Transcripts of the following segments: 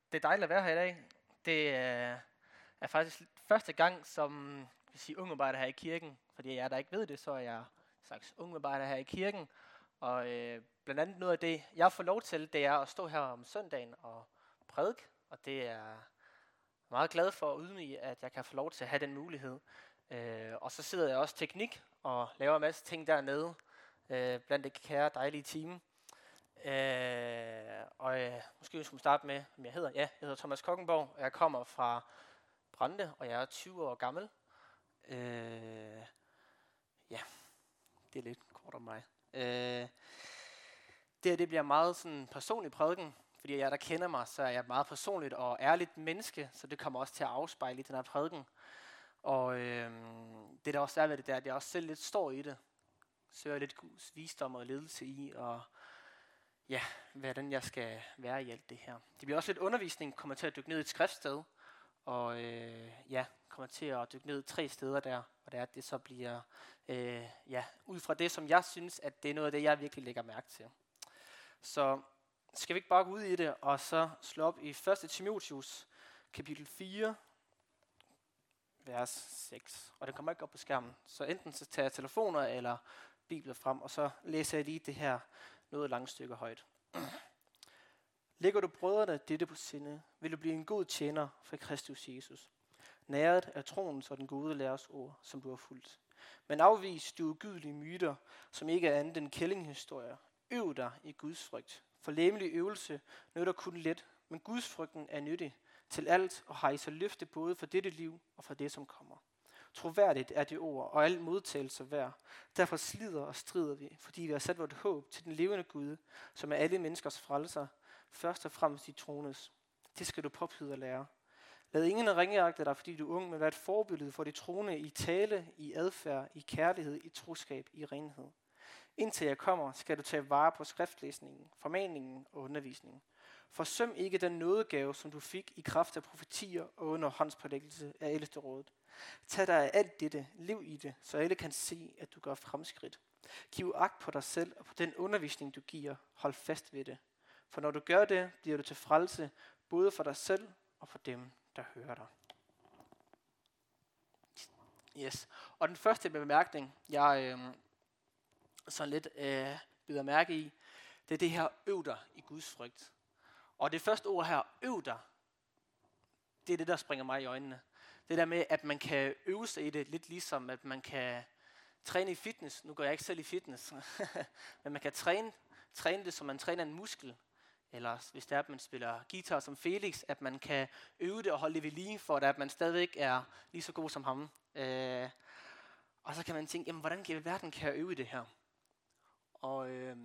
Det er dejligt at være her i dag. Det er faktisk første gang som ungarbejder her i kirken. Fordi jeg der ikke ved det, så er jeg slags ungarbejder her i kirken. Og blandt andet noget af det, jeg får lov til, det er at stå her om søndagen og prædike. Og det er jeg meget glad for at ydmyge, at jeg kan få lov til at have den mulighed. Og så sidder jeg også teknik og laver en masse ting dernede blandt det kære dejlige team. Måske vi skulle starte med, hvem jeg hedder. Ja, jeg hedder Thomas Kokkenborg, og jeg kommer fra Brande, og jeg er 20 år gammel. Ja, det er lidt kort om mig. Det bliver meget sådan personlig prædiken, fordi jeg der kender mig, så er jeg meget personligt og ærligt menneske, så det kommer også til at afspejle i den her prædiken. Og det der også er ved det, der, at jeg også selv lidt står i det. Søger lidt Guds visdom og ledelse i, og ja, hvordan jeg skal være i alt det her. Det bliver også lidt undervisning, kommer til at dykke ned i et skriftsted, og kommer til at dykke ned 3 steder der, og det er, at det så bliver, ud fra det, som jeg synes, at det er noget af det, jeg virkelig lægger mærke til. Så skal vi ikke bare gå ud i det, og så slå op i 1. Timotheus, kapitel 4, vers 6. Og det kommer ikke op på skærmen. Så enten så tager jeg telefoner eller bibler frem, og så læser jeg lige det her noget langt stykke højt. Lægger du brødrene dette på sinde, vil du blive en god tjener for Kristus Jesus, næret af troens og den gode læres ord, som du har fulgt. Men afvis de ugydelige myter, som ikke er andet end kællingehistorier. Øv dig i Guds frygt. For læmelig øvelse nytter kun let, men Guds frygten er nyttig til alt og har i sig løfte både for dette liv og for det, som kommer. Troværdigt er det ord, og al modtagelse værd. Derfor slider og strider vi, fordi vi har sat vort håb til den levende Gud, som er alle menneskers frelser, først og fremmest de trones. Det skal du påpide og lære. Lad ingen ringeagte dig, fordi du er ung, men vær et forbillede for de troende i tale, i adfærd, i kærlighed, i troskab, i renhed. Indtil jeg kommer, skal du tage vare på skriftlæsningen, formaningen og undervisningen. Forsøm ikke den nådegave, som du fik i kraft af profetier og under håndspålæggelse af ældsterådet. Tag dig af alt dette, lev i det, så alle kan se, at du gør fremskridt. Giv agt på dig selv og på den undervisning, du giver. Hold fast ved det. For når du gør det, bliver du til frelse, både for dig selv og for dem, der hører dig. Yes. Og den første bemærkning, jeg sådan lidt bider mærke i, det er det her, øv dig i Guds frygt. Og det første ord her, øv dig, det er det, der springer mig i øjnene. Det der med, at man kan øve sig i det, lidt ligesom at man kan træne i fitness. Nu går jeg ikke selv i fitness, men man kan træne det, som man træner en muskel. Eller hvis det er, at man spiller guitar som Felix, at man kan øve det og holde det ved lige, for at man stadigvæk er lige så god som ham. Og så kan man tænke, jamen hvordan i verden kan jeg øve i det her? Og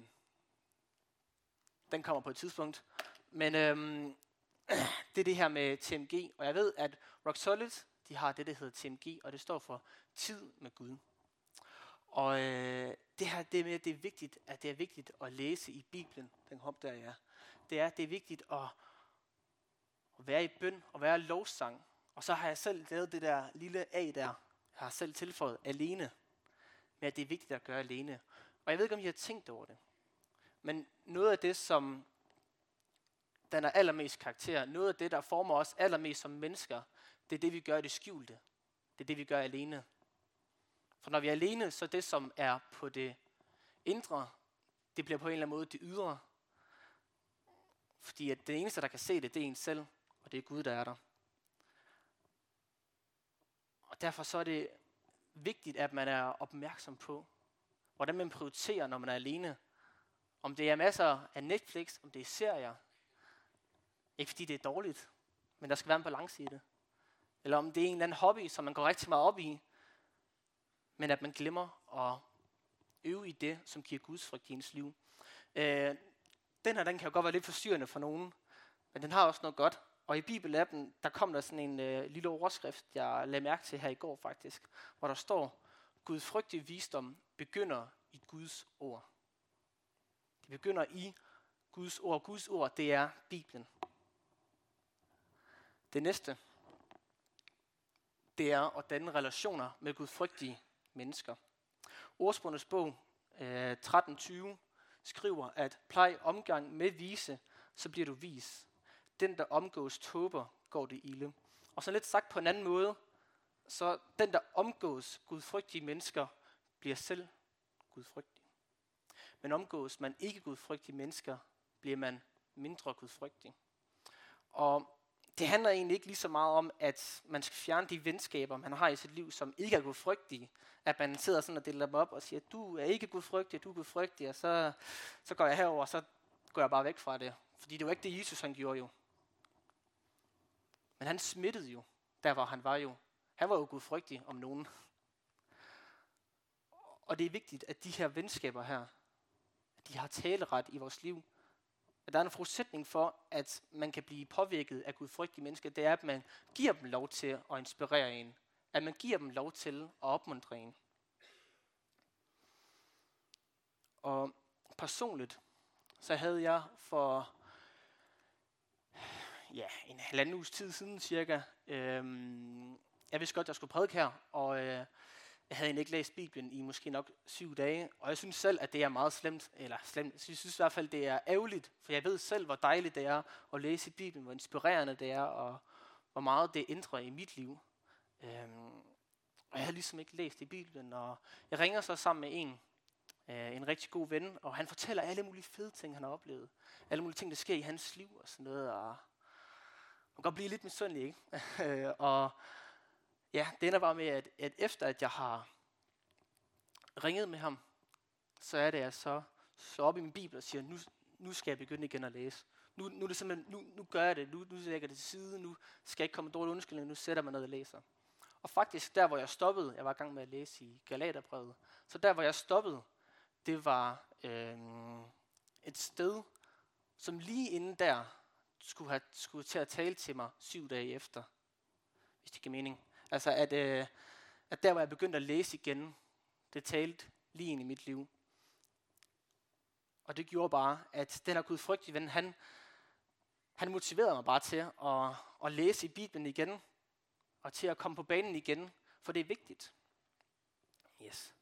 den kommer på et tidspunkt. Men det er det her med TMG, og jeg ved, at Rock Solid, de har det, der hedder TMG, og det står for tid med Gud. Og det her, det med, at det er vigtigt at læse i Bibelen, den hop der er. Det er vigtigt at være i bøn og være i lovsang. Og så har jeg selv lavet det der lille A der. Jeg har selv tilføjet alene. Men at det er vigtigt at gøre alene. Og jeg ved ikke, om I har tænkt over det. Men noget af det, som den er allermest karakter, noget af det, der former os allermest som mennesker, det er det, vi gør i det skjulte. Det er det, vi gør alene. For når vi er alene, så det, som er på det indre, det bliver på en eller anden måde det ydre. Fordi at det eneste, der kan se det, det er en selv, og det er Gud, der er der. Og derfor så er det vigtigt, at man er opmærksom på, hvordan man prioriterer, når man er alene. Om det er masser af Netflix, om det er serier. Ikke fordi det er dårligt, men der skal være en balance i det. Eller om det er en eller anden hobby, som man går rigtig meget op i, men at man glemmer at øve i det, som giver Guds frygt i ens liv. Den her, den kan jo godt være lidt forstyrrende for nogen, men den har også noget godt. Og i Bibelappen, der kom der sådan en lille overskrift, jeg lagde mærke til her i går faktisk, hvor der står, Gud frygtig visdom begynder i Guds ord. Det begynder i Guds ord. Guds ord, det er Bibelen. Det næste, det er at danne relationer med gudfrygtige mennesker. Ordsprogenes bog 13:20 skriver, at plej omgang med vise, så bliver du vis. den, der omgås tåber, går det ilde. Og så lidt sagt på en anden måde, så den, der omgås gudfrygtige mennesker, bliver selv gudfrygtig. Men omgås man ikke gudfrygtige mennesker, bliver man mindre gudfrygtig. Og det handler egentlig ikke lige så meget om, at man skal fjerne de venskaber, man har i sit liv, som ikke er gudfrygtige. At man sidder sådan og deler dem op og siger, du er ikke gudfrygtig, du er gudfrygtig, og så går jeg herover, og så går jeg bare væk fra det. Fordi det var ikke det, Jesus han gjorde jo. Men han smittede jo, der hvor han var jo. Han var jo gudfrygtig om nogen. Og det er vigtigt, at de her venskaber her, de har taleret i vores liv. At der er en forudsætning for, at man kan blive påvirket af gudfrygtige mennesker, det er, at man giver dem lov til at inspirere en. At man giver dem lov til at opmuntre en. Og personligt, så havde jeg for en halvanden uges tid siden cirka, jeg vidste godt, at jeg skulle prædike her, og jeg havde egentlig ikke læst Bibelen i måske nok 7 dage, og jeg synes selv, at det er meget slemt, jeg synes i hvert fald, det er ærgerligt, for jeg ved selv, hvor dejligt det er at læse i Bibelen, hvor inspirerende det er, og hvor meget det ændrer i mit liv. Og jeg havde ligesom ikke læst i Bibelen, og jeg ringer så sammen med en rigtig god ven, og han fortæller alle mulige fede ting, han har oplevet. Alle mulige ting, der sker i hans liv og sådan noget, og man kan godt blive lidt misundelig, ikke? Og ja, det ender bare med, at efter at jeg har ringet med ham, så er det, at jeg så slår op i min bibel og siger, nu skal jeg begynde igen at læse. Nu er det simpelthen, nu gør jeg det, nu lægger jeg det til side, nu skal jeg ikke komme med dårlig undskyldning, nu sætter man ned og læser. Og faktisk der, hvor jeg stoppede, jeg var i gang med at læse i Galaterbrevet, så der, hvor jeg stoppede, det var et sted, som lige inden der skulle til at tale til mig 7 dage efter, hvis det giver mening. Altså at der, hvor jeg begyndte at læse igen, det talte lige ind i mit liv. Og det gjorde bare, at den her gudfrygtige ven, han motiverede mig bare til at læse i Bibelen igen, og til at komme på banen igen, for det er vigtigt. Yes.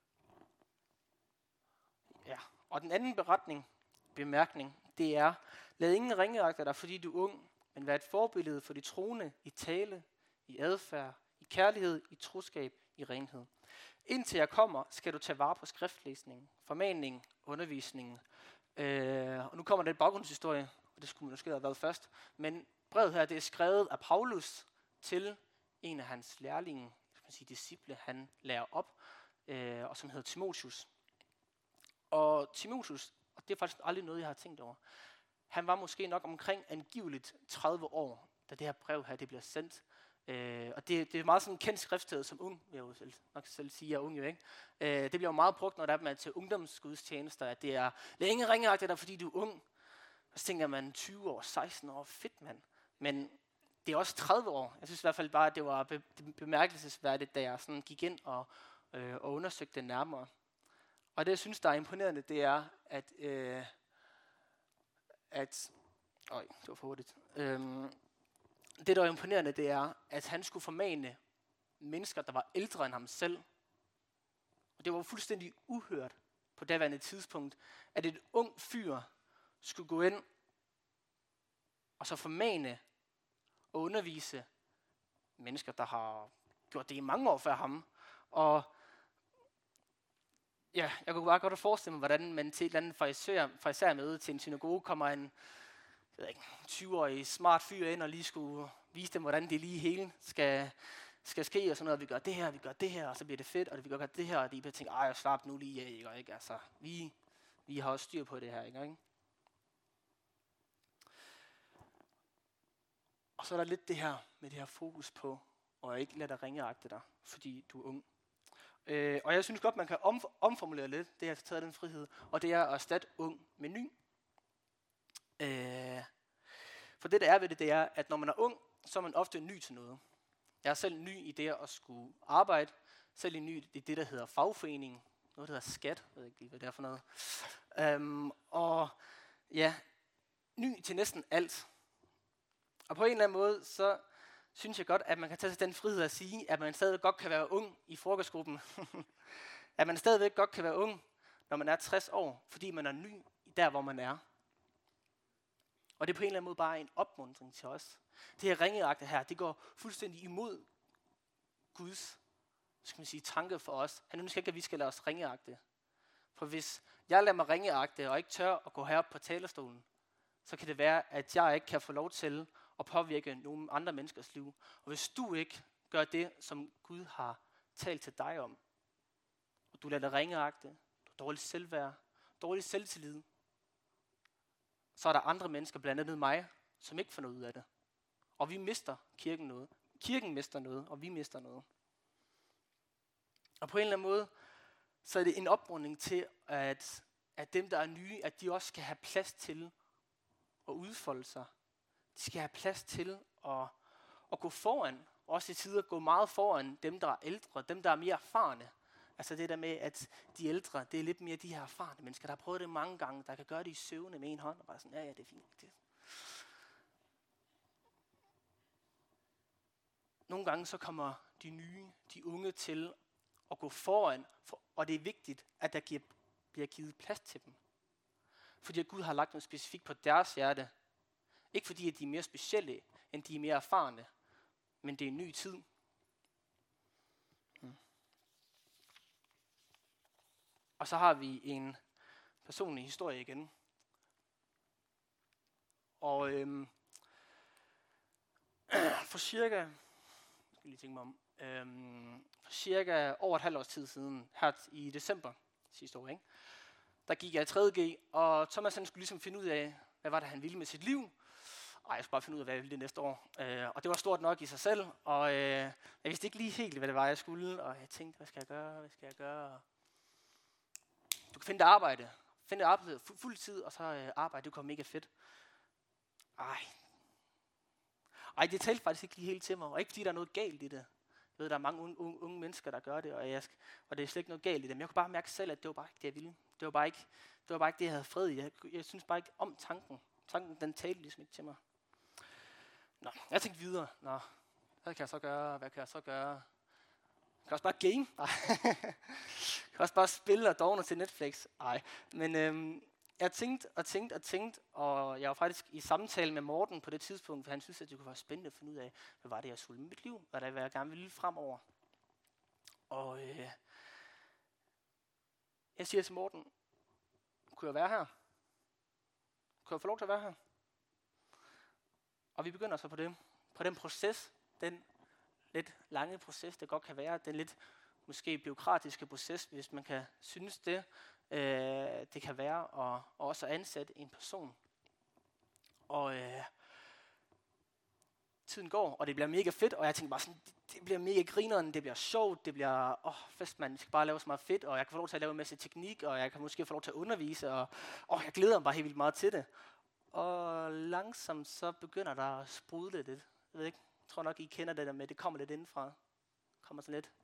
Ja. Og den anden bemærkning, det er, lad ingen ringeagte dig, fordi du er ung, men vær et forbillede for de troende i tale, i adfærd, i kærlighed, i troskab, i renhed. Indtil jeg kommer, skal du tage vare på skriftlæsningen, formaningen, undervisningen. Og nu kommer der et baggrundshistorie, og det skulle man måske have været først. Men brevet her, det er skrevet af Paulus til en af hans lærlinge, disciple, han lærer op, og som hedder Timotheus. Og Timotheus, og det er faktisk aldrig noget, jeg har tænkt over, han var måske nok omkring angiveligt 30 år, da det her brev her, det bliver sendt. Og det er meget sådan en kendt skriftsted som ung, vil jeg jo nok selv sige, jeg er ung jo, ikke? Det bliver jo meget brugt, når der er til ungdomsgudstjenester, at det er, lad ingen ringeagte dig, fordi du er ung. Og så tænker man 20 år, 16 år, fedt mand. Men det er også 30 år. Jeg synes i hvert fald bare, at det var bemærkelsesværdigt, da jeg sådan gik ind og undersøgte det nærmere. Og det, jeg synes, der er imponerende, det er, at det var for hurtigt. Det, der er imponerende, det er, at han skulle formane mennesker, der var ældre end ham selv. Og det var fuldstændig uhørt på daværende tidspunkt, at et ung fyr skulle gå ind og så formane og undervise mennesker, der har gjort det i mange år før ham. Og ja, jeg kunne bare godt forestille mig, hvordan man til et eller andet farisæermøde til en synagoge kommer en 20-årig smart fyr ind og lige skulle vise dem, hvordan det lige hele skal ske, og sådan noget. Vi gør det her, og så bliver det fedt, og vi gør det her, og de bliver tænkt, jeg slap nu lige af, ikke? Altså, vi har også styr på det her, ikke? Og så er der lidt det her med det her fokus på, og ikke lade dig ringeagte dig, fordi du er ung. Og jeg synes godt, man kan omformulere lidt, det er at tage den frihed, og det er at erstatte ung med ny. For det, der er ved det, det er, at når man er ung, så er man ofte ny til noget. Jeg er selv ny i det at skulle arbejde, selv ny i det, der hedder fagforening, noget, der hedder skat, jeg ved ikke lige, hvad det er for noget. Og ja, ny til næsten alt. Og på en eller anden måde, så synes jeg godt, at man kan tage sig den frihed at sige, at man stadig godt kan være ung i frokostgruppen. At man stadigvæk godt kan være ung, når man er 60 år, fordi man er ny der, hvor man er. Og det er på en eller anden måde bare en opmuntring til os. Det her ringeagte her, det går fuldstændig imod Guds, skal man sige, tanke for os. Han ønsker ikke, at vi skal lade os ringeagte. For hvis jeg lader mig ringeagte og ikke tør at gå herop på talerstolen, så kan det være, at jeg ikke kan få lov til at påvirke nogle andre menneskers liv. Og hvis du ikke gør det, som Gud har talt til dig om, og du lader dig ringeagte, du har dårligt selvværd, dårlig selvtillid, så er der andre mennesker, blandt andet mig, som ikke får noget ud af det. Og vi mister kirken noget. Kirken mister noget, og vi mister noget. Og på en eller anden måde, så er det en opmuntring til, at dem, der er nye, at de også skal have plads til at udfolde sig. De skal have plads til at gå foran, også i tider gå meget foran dem, der er ældre, dem, der er mere erfarne. Altså det der med, at de ældre, det er lidt mere de her erfarne mennesker, der har prøvet det mange gange, der kan gøre det i søvne med en hånd, og bare sådan, ja, det er fint. Nogle gange så kommer de nye, de unge til at gå foran, og det er vigtigt, at der bliver givet plads til dem. Fordi at Gud har lagt noget specifikt på deres hjerte. Ikke fordi, at de er mere specielle, end de er mere erfarne, men det er en ny tid. Og så har vi en personlig historie igen. Og for cirka, cirka over et halvt års tid siden, her i december sidste år, ikke? Der gik jeg i 3.G, og Thomas han skulle ligesom finde ud af, hvad var det, han ville med sit liv. Jeg skulle bare finde ud af, hvad jeg ville det næste år. Og det var stort nok i sig selv, og jeg vidste ikke lige helt, hvad det var, jeg skulle. Og jeg tænkte, hvad skal jeg gøre? Du kan finde et arbejde. Finde et arbejde fuld tid, og så arbejde. Det kunne mega fedt. Det talte faktisk ikke lige helt til mig. Og ikke fordi der er noget galt i det. Jeg ved, der er mange unge mennesker, der gør det, og det er slet ikke noget galt i det. Men jeg kunne bare mærke selv, at det var bare ikke det, jeg ville. Det var bare ikke det, jeg havde fred i. Jeg synes bare ikke om tanken. Tanken, den talte ligesom ikke til mig. Jeg tænkte videre. Hvad kan jeg så gøre? Jeg kan også bare game. Jeg kan også bare spille og dogne til Netflix. Men jeg tænkte, og jeg var faktisk i samtale med Morten på det tidspunkt, for han synes, at det kunne være spændende at finde ud af, hvad var det, jeg skulle med mit liv? Hvad jeg gerne ville fremover? Og jeg siger til Morten, kunne jeg være her? Kunne jeg få lov til at være her? Og vi begynder så på den proces, den lidt lange proces, det godt kan være, den lidt måske bureaukratiske proces, hvis man kan synes det, det kan være, og også ansætte en person. Og tiden går, og det bliver mega fedt, og jeg tænker bare sådan, det bliver mega grineren, det bliver sjovt, det bliver fest, man skal bare lave så meget fedt, og jeg kan få lov til at lave en masse teknik, og jeg kan måske få lov til at undervise, og jeg glæder mig bare helt vildt meget til det. Og langsomt så begynder der at sprudle lidt. Jeg ved ikke, jeg tror nok, I kender det der med, det kommer lidt indenfra. Kommer sådan lidt.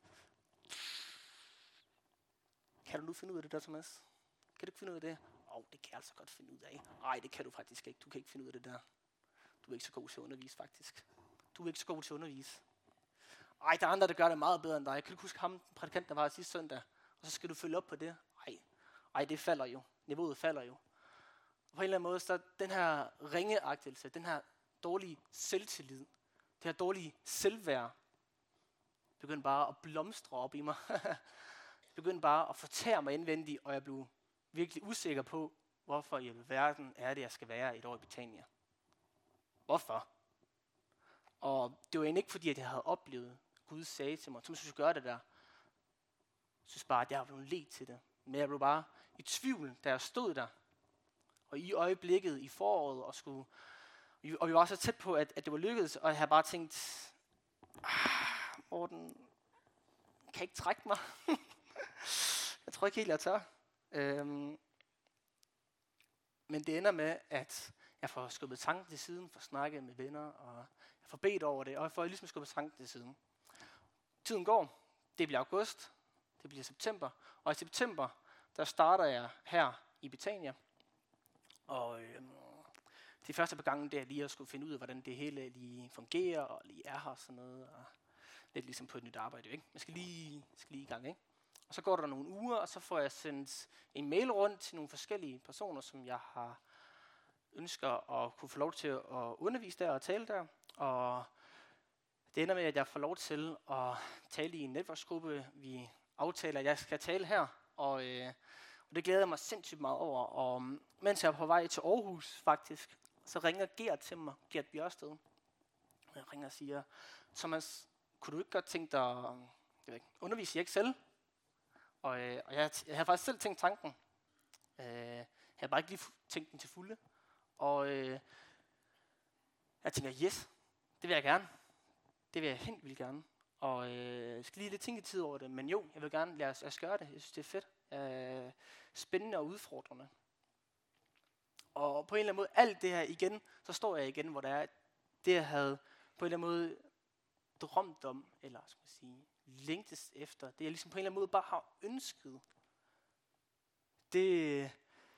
Kan du nu finde ud af det der, Thomas? Kan du ikke finde ud af det? Det kan jeg altså godt finde ud af. Nej, det kan du faktisk ikke. Du kan ikke finde ud af det der. Du er ikke så god til at undervise, faktisk. Du er ikke så god til at undervise. Der er andre, der gør det meget bedre end dig. Jeg kan ikke huske ham, prædikant, der var sidste søndag. Og så skal du følge op på det. Det falder jo. Niveauet falder jo. På en eller anden måde, så den her ringeagtelse, den her dårlige selvtillid, det her dårlige selvværd, begyndte bare at blomstre op i mig. Begyndte bare at fortære mig indvendigt, og jeg blev virkelig usikker på, hvorfor i verden er det, jeg skal være et år i Betania. Hvorfor? Og det var egentlig ikke fordi, at jeg havde oplevet, Gud sagde til mig, så synes jeg gøre det der. Jeg synes bare, at jeg var blevet ledt til det. Men jeg blev bare i tvivl, da jeg stod der. Og i øjeblikket, i foråret, og vi var så tæt på, at det var lykkedes, og jeg havde bare tænkt, Morten, kan ikke trække mig? Jeg tror ikke helt, jeg tør. Men det ender med, at jeg får skubbet tanken til siden, får snakket med venner, og jeg får bedt over det, og jeg får ligesom skubbet tanken til siden. Tiden går, det bliver august, det bliver september, og i september, der starter jeg her i Betania. Og de første par gange, det er lige at skulle finde ud af, hvordan det hele lige fungerer, og lige er her og sådan noget, og lidt ligesom på et nyt arbejde, ikke? Man skal lige i gang, ikke? Og så går der nogle uger, og så får jeg sendt en mail rundt til nogle forskellige personer, som jeg har ønsker at kunne få lov til at undervise der og tale der. Og det ender med, at jeg får lov til at tale i en netværksgruppe. Vi aftaler, at jeg skal tale her, og det glæder jeg mig sindssygt meget over. Og mens jeg er på vej til Aarhus faktisk, så ringer Gert til mig, Gert Bjørsted. Jeg ringer og siger, Thomas, kunne du ikke godt tænke dig at undervise i Excel? Og jeg havde faktisk selv tænkt tanken. Jeg havde bare ikke lige tænkt den til fulde. Og jeg tænker, yes, det vil jeg gerne. Det vil jeg helt vildt gerne. Og jeg skal lige lidt tænketid over det, men jo, jeg vil gerne lade os gøre det. Jeg synes, det er fedt. Spændende og udfordrende. Og på en eller anden måde, alt det her igen, så står jeg igen, hvor der er det, jeg havde på en eller anden måde drømt om, eller skal man sige, længtes efter. Det jeg ligesom på en eller anden måde bare har ønsket. Det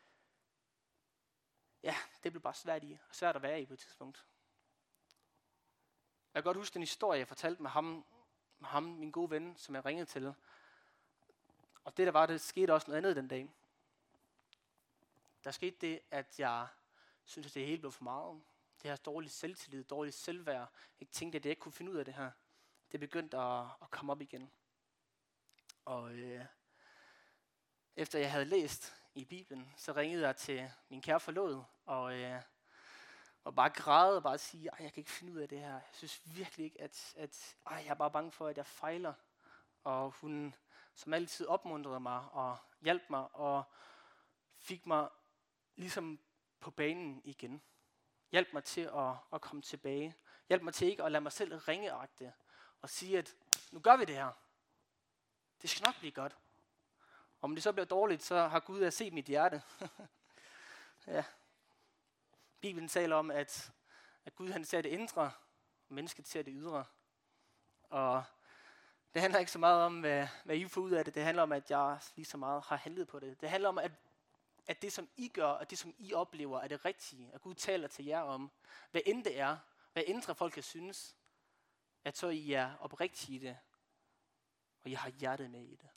blev bare svært at være i på et tidspunkt. Jeg kan godt huske den historie, jeg fortalte med ham, min gode ven, som jeg ringede til. Og det skete også noget andet den dag. Der skete det, at jeg syntes, at det hele blev for meget. Det her dårlige selvtillid, dårligt selvværd. Jeg tænkte, at jeg ikke kunne finde ud af det her. Det begyndte at komme op igen. Og efter jeg havde læst i Bibelen, så ringede jeg til min kære forlovede, og bare græde og bare sige, jeg kan ikke finde ud af det her. Jeg synes virkelig ikke, at jeg er bare bange for, at jeg fejler. Og hun som altid opmuntrede mig og hjalp mig og fik mig ligesom på banen igen. Hjælp mig til at komme tilbage. Hjælp mig til ikke at lade mig selv ringeagte og sige, at nu gør vi det her. Det skal nok blive godt. Om det så bliver dårligt, så har Gud set mit hjerte. Ja. Bibelen taler om, at Gud han ser det indre, og mennesket ser det ydre. Og det handler ikke så meget om, hvad I får ud af det. Det handler om, at jeg lige så meget har handlet på det. Det handler om, at det, som I gør, og det, som I oplever, er det rigtige. At Gud taler til jer om, hvad end det er, hvad ændre folk kan synes, at så I er oprigtige i det, og I har hjertet med i det.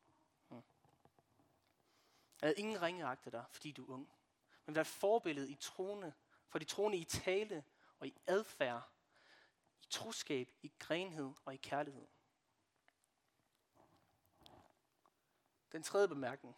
Jeg havde ingen ringeagte dig, fordi du er ung. Men vær et forbillede i troende, for de troende i tale og i adfærd, i troskab, i grenhed og i kærlighed. Den tredje bemærkning.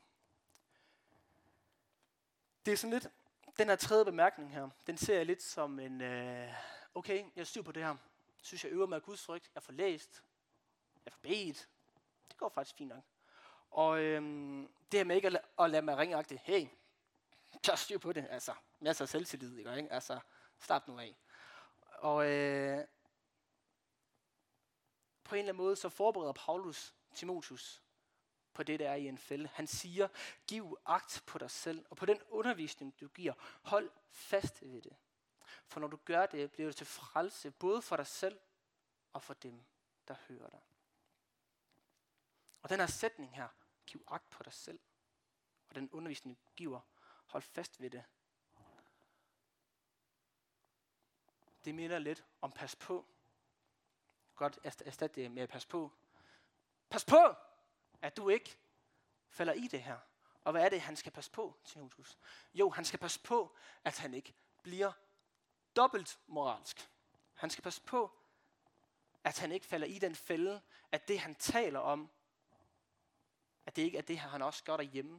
Det er sådan lidt, den her tredje bemærkning her, den ser jeg lidt som en, okay, jeg styr på det her. Jeg synes, jeg øver mig af Guds frygt. Jeg får læst. Jeg får bedt. Det går faktisk fint nok. Og det her med ikke at lade mig ringeagtigt, hey, jeg styr på det, altså, masser af selvtillid, ikke? Altså, start nu af. Og på en eller anden måde, så forbereder Paulus Timotheus på det, der er i en fælde. Han siger, giv agt på dig selv, og på den undervisning, du giver, hold fast ved det. For når du gør det, bliver du til frelse, både for dig selv og for dem, der hører dig. Og den her sætning her, giv agt på dig selv, og den undervisning, du giver, hold fast ved det. Det minder lidt om pas på. Godt erstat det med at passe på. Pas på, at du ikke falder i det her. Og hvad er det, han skal passe på, Timotheus? Jo, han skal passe på, at han ikke bliver dobbelt moralsk. Han skal passe på, at han ikke falder i den fælde, at det, han taler om, at det ikke er det her, han også gør derhjemme.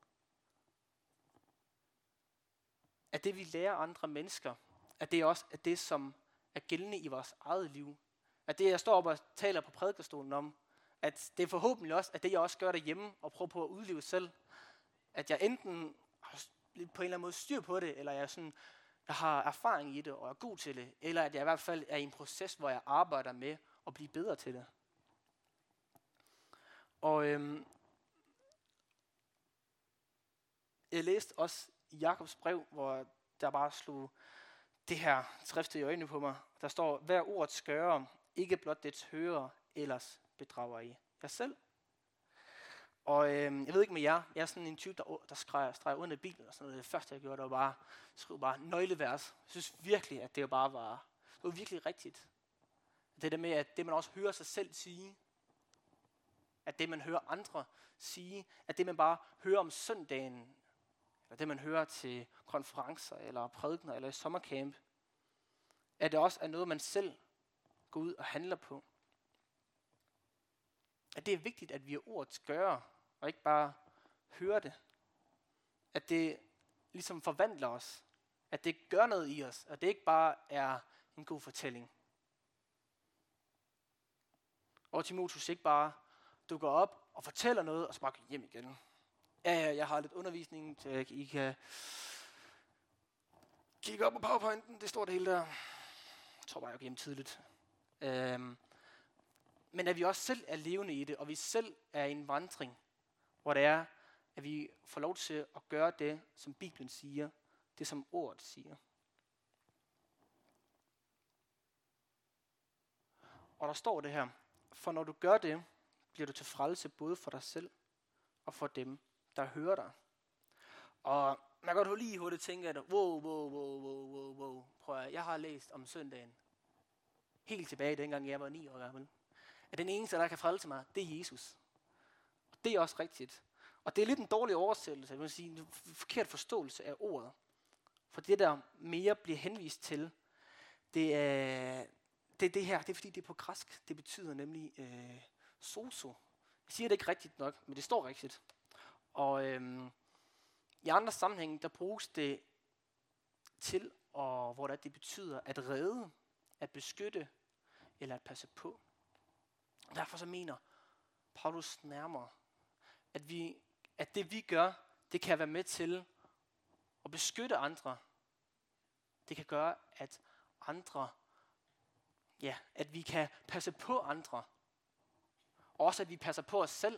At det, vi lærer andre mennesker, at det også er det, som er gældende i vores eget liv. At det, jeg står op og taler på prædikestolen om, at det er forhåbentlig også, at det, jeg også gør derhjemme og prøver på at udleve selv, at jeg enten har på en eller anden måde styr på det, eller jeg har erfaring i det og er god til det, eller at jeg i hvert fald er i en proces, hvor jeg arbejder med at blive bedre til det. Og jeg læste også i Jakobs brev, hvor der bare slog det her skrift i øjnene på mig. Der står, hver ord skøre, ikke blot dets hører, ellers bedrager I jer selv. Og jeg ved ikke med jer, jeg er sådan en type, der streger under Bibelen og sådan noget. Det første, jeg gjorde, det var bare nøglevers. Jeg synes virkelig, at det var virkelig rigtigt. Det der med, at det man også hører sig selv sige, at det man hører andre sige, at det man bare hører om søndagen, eller det man hører til konferencer, eller prædikener, eller i sommercamp, at det også er noget, man selv går ud og handler på. At det er vigtigt, at vi er ordets gør, og ikke bare hører det. At det ligesom forvandler os. At det gør noget i os, og det ikke bare er en god fortælling. Og Timotheus ikke bare dukker op og fortæller noget, og så bare går hjem igen. Ja, jeg har lidt undervisning, så I kan kigge op på PowerPointen, det står det hele der. Jeg tror bare, jeg går hjem tidligt. Men at vi også selv er levende i det, og vi selv er i en vandring, hvor det er, at vi får lov til at gøre det, som Bibelen siger, det som ordet siger. Og der står det her, for når du gør det, bliver du til frelse både for dig selv og for dem, der hører dig. Og man kan godt lige hurtigt tænke, at wow. Prøv at, jeg har læst om søndagen, helt tilbage dengang jeg var 9 år gammel, at den eneste, der kan frelse mig, det er Jesus. Og det er også rigtigt. Og det er lidt en dårlig oversættelse, jeg vil sige, en forkert forståelse af ordet. For det, der mere bliver henvist til, det er det her. Det er fordi, det er på græsk. Det betyder nemlig sozo. Jeg siger det ikke rigtigt nok, men det står rigtigt. Og i andre sammenhænge, der bruges det til, og hvor det betyder at redde, at beskytte eller at passe på. Og derfor så mener Paulus nærmere, at det vi gør, det kan være med til at beskytte andre. Det kan gøre, at andre, at vi kan passe på andre. Også at vi passer på os selv.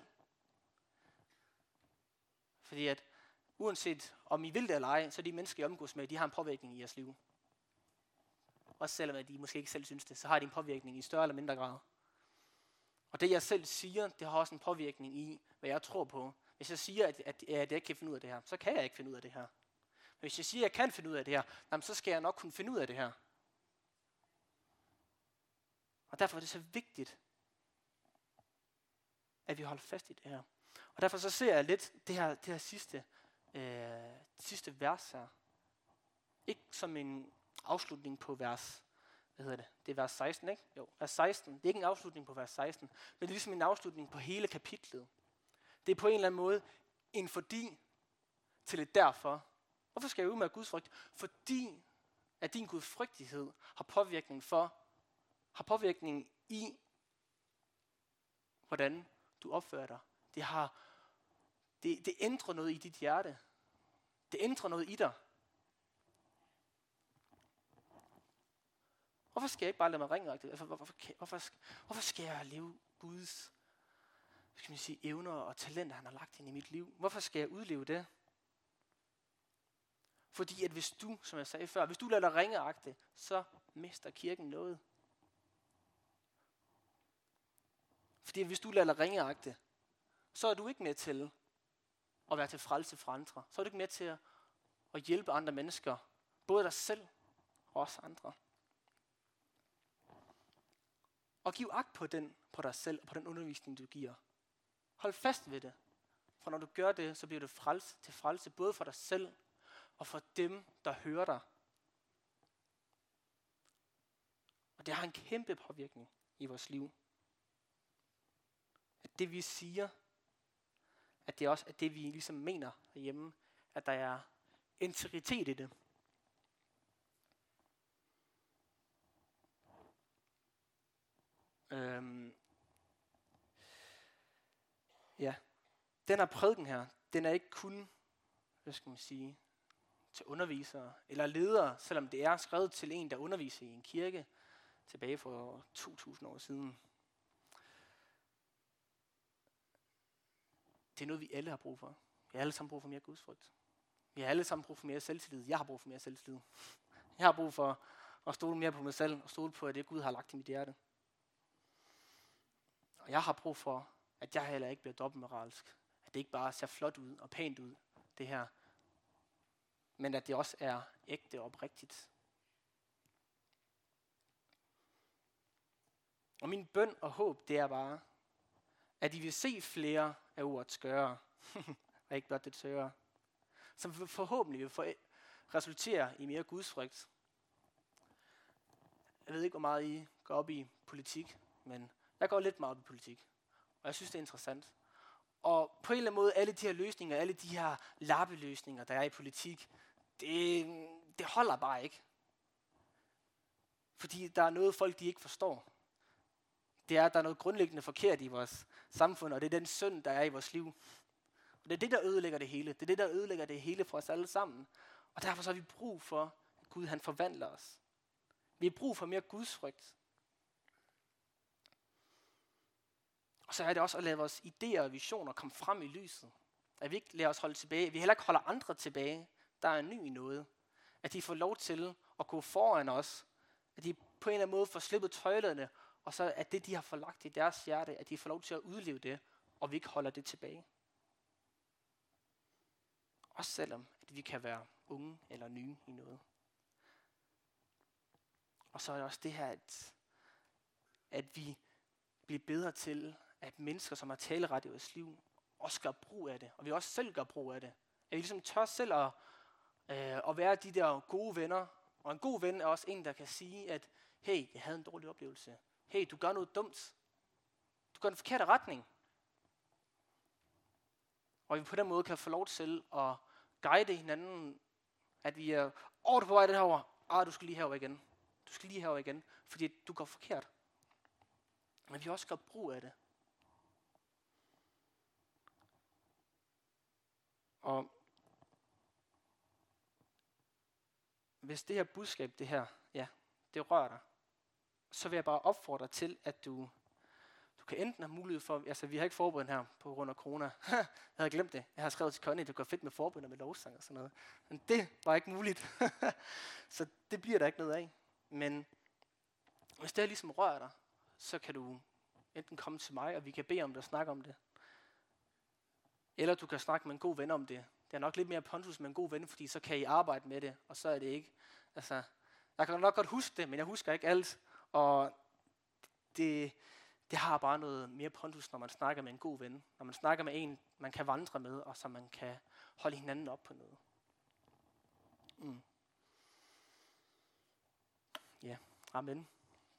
Fordi at uanset om I vil det eller ej, så de mennesker, I omgås med, de har en påvirkning i jeres liv. Også selvom at de måske ikke selv synes det, så har de en påvirkning i større eller mindre grad. Og det jeg selv siger, det har også en påvirkning i, hvad jeg tror på. Hvis jeg siger, at jeg ikke kan finde ud af det her, så kan jeg ikke finde ud af det her. Men hvis jeg siger, at jeg kan finde ud af det her, så skal jeg nok kunne finde ud af det her. Og derfor er det så vigtigt, at vi holder fast i det her. Og derfor så ser jeg lidt det her sidste vers her. Ikke som en afslutning på vers, det er vers 16, ikke? Jo, vers 16. Det er ikke en afslutning på vers 16, men det er ligesom en afslutning på hele kapitlet. Det er på en eller anden måde en fordi til et derfor. Hvorfor skal jeg ud med Guds frygt? Fordi at din gudfrygtighed har påvirkning i, hvordan du opfører dig. Det ændrer noget i dit hjerte. Det ændrer noget i dig. Hvorfor skal jeg ikke bare lade mig ringe? Hvorfor skal jeg leve Guds evner og talenter, han har lagt ind i mit liv? Hvorfor skal jeg udleve det? Fordi at hvis du, som jeg sagde før, hvis du lader dig ringeagte, så mister kirken noget. Fordi hvis du lader dig ringeagte, så er du ikke med til at være til frelse for andre. Så er du ikke med til at hjælpe andre mennesker. Både dig selv og os andre. Og giv agt på dig selv og på den undervisning, du giver. Hold fast ved det. For når du gør det, så bliver du til frelse både for dig selv og for dem, der hører dig. Og det har en kæmpe påvirkning i vores liv. At det vi siger, at det også er det vi ligesom mener derhjemme, at der er integritet i det. Den her prædiken her, den er ikke kun, til undervisere eller ledere, selvom det er skrevet til en, der underviser i en kirke tilbage for 2000 år siden. Det er noget, vi alle har brug for. Vi har alle sammen brug for mere gudsfrygt. Vi har alle sammen brug for mere selvtillid. Jeg har brug for mere selvtillid. Jeg har brug for at stole mere på mig selv og stole på, at det Gud har lagt i mit hjerte. Og jeg har brug for, at jeg heller ikke bliver dobbeltmoralsk. At det ikke bare ser flot ud og pænt ud, det her. Men at det også er ægte og oprigtigt. Og min bøn og håb, det er bare, at I vil se flere af ordets gøre, og ikke blot det tørre. som forhåbentlig vil resultere i mere gudsfrygt. Jeg ved ikke, hvor meget I går op i politik, men jeg går lidt meget op i politik, og jeg synes, det er interessant. Og på en eller anden måde, alle de her løsninger, alle de her lappeløsninger, der er i politik, det holder bare ikke. Fordi der er noget, folk de ikke forstår. Det er, at der er noget grundlæggende forkert i vores samfund, og det er den synd, der er i vores liv. Og det er det, der ødelægger det hele. Det er det, der ødelægger det hele for os alle sammen. Og derfor så har vi brug for, at Gud han forvandler os. Vi har brug for mere gudsfrygt. Og så er det også at lade vores idéer og visioner komme frem i lyset. At vi ikke lader os holde tilbage. Vi heller ikke holder andre tilbage, der er ny i noget. At de får lov til at gå foran os. At de på en eller anden måde får slippet tøjlerne. Og så at det, de har forlagt i deres hjerte, at de får lov til at udleve det, og vi ikke holder det tilbage. Også selvom at vi kan være unge eller nye i noget. Og så er det også det her, at vi bliver bedre til, at mennesker, som har taleret i vores liv, også gør brug af det. Og vi også selv gør brug af det. At vi ligesom tør selv at være de der gode venner. Og en god ven er også en, der kan sige, at hey, jeg havde en dårlig oplevelse. Hey, du gør noget dumt. Du går den forkerte retning. Og vi på den måde kan få lov til at guide hinanden, at vi er du på vej derover. Du skal lige herover igen. Du skal lige herover igen, fordi du går forkert. Men vi også gør brug af det. Og hvis det her budskab, det rører dig, så vil jeg bare opfordre til, at du kan enten have mulighed for, altså vi har ikke forberedt her på grund af corona. Jeg havde glemt det. Jeg har skrevet til Connie, det går fedt med forbønner med lovsang og sådan noget. Men det var ikke muligt. Så det bliver der ikke noget af. Men hvis det her ligesom rører dig, så kan du enten komme til mig, og vi kan bede om det og snakke om det. Eller du kan snakke med en god ven om det. Det er nok lidt mere pondus med en god ven, fordi så kan I arbejde med det, og så er det ikke. Altså, jeg kan nok godt huske det, men jeg husker ikke alt. Og det har bare noget mere pondus, når man snakker med en god ven. Når man snakker med en, man kan vandre med, og så man kan holde hinanden op på noget. Ja, amen.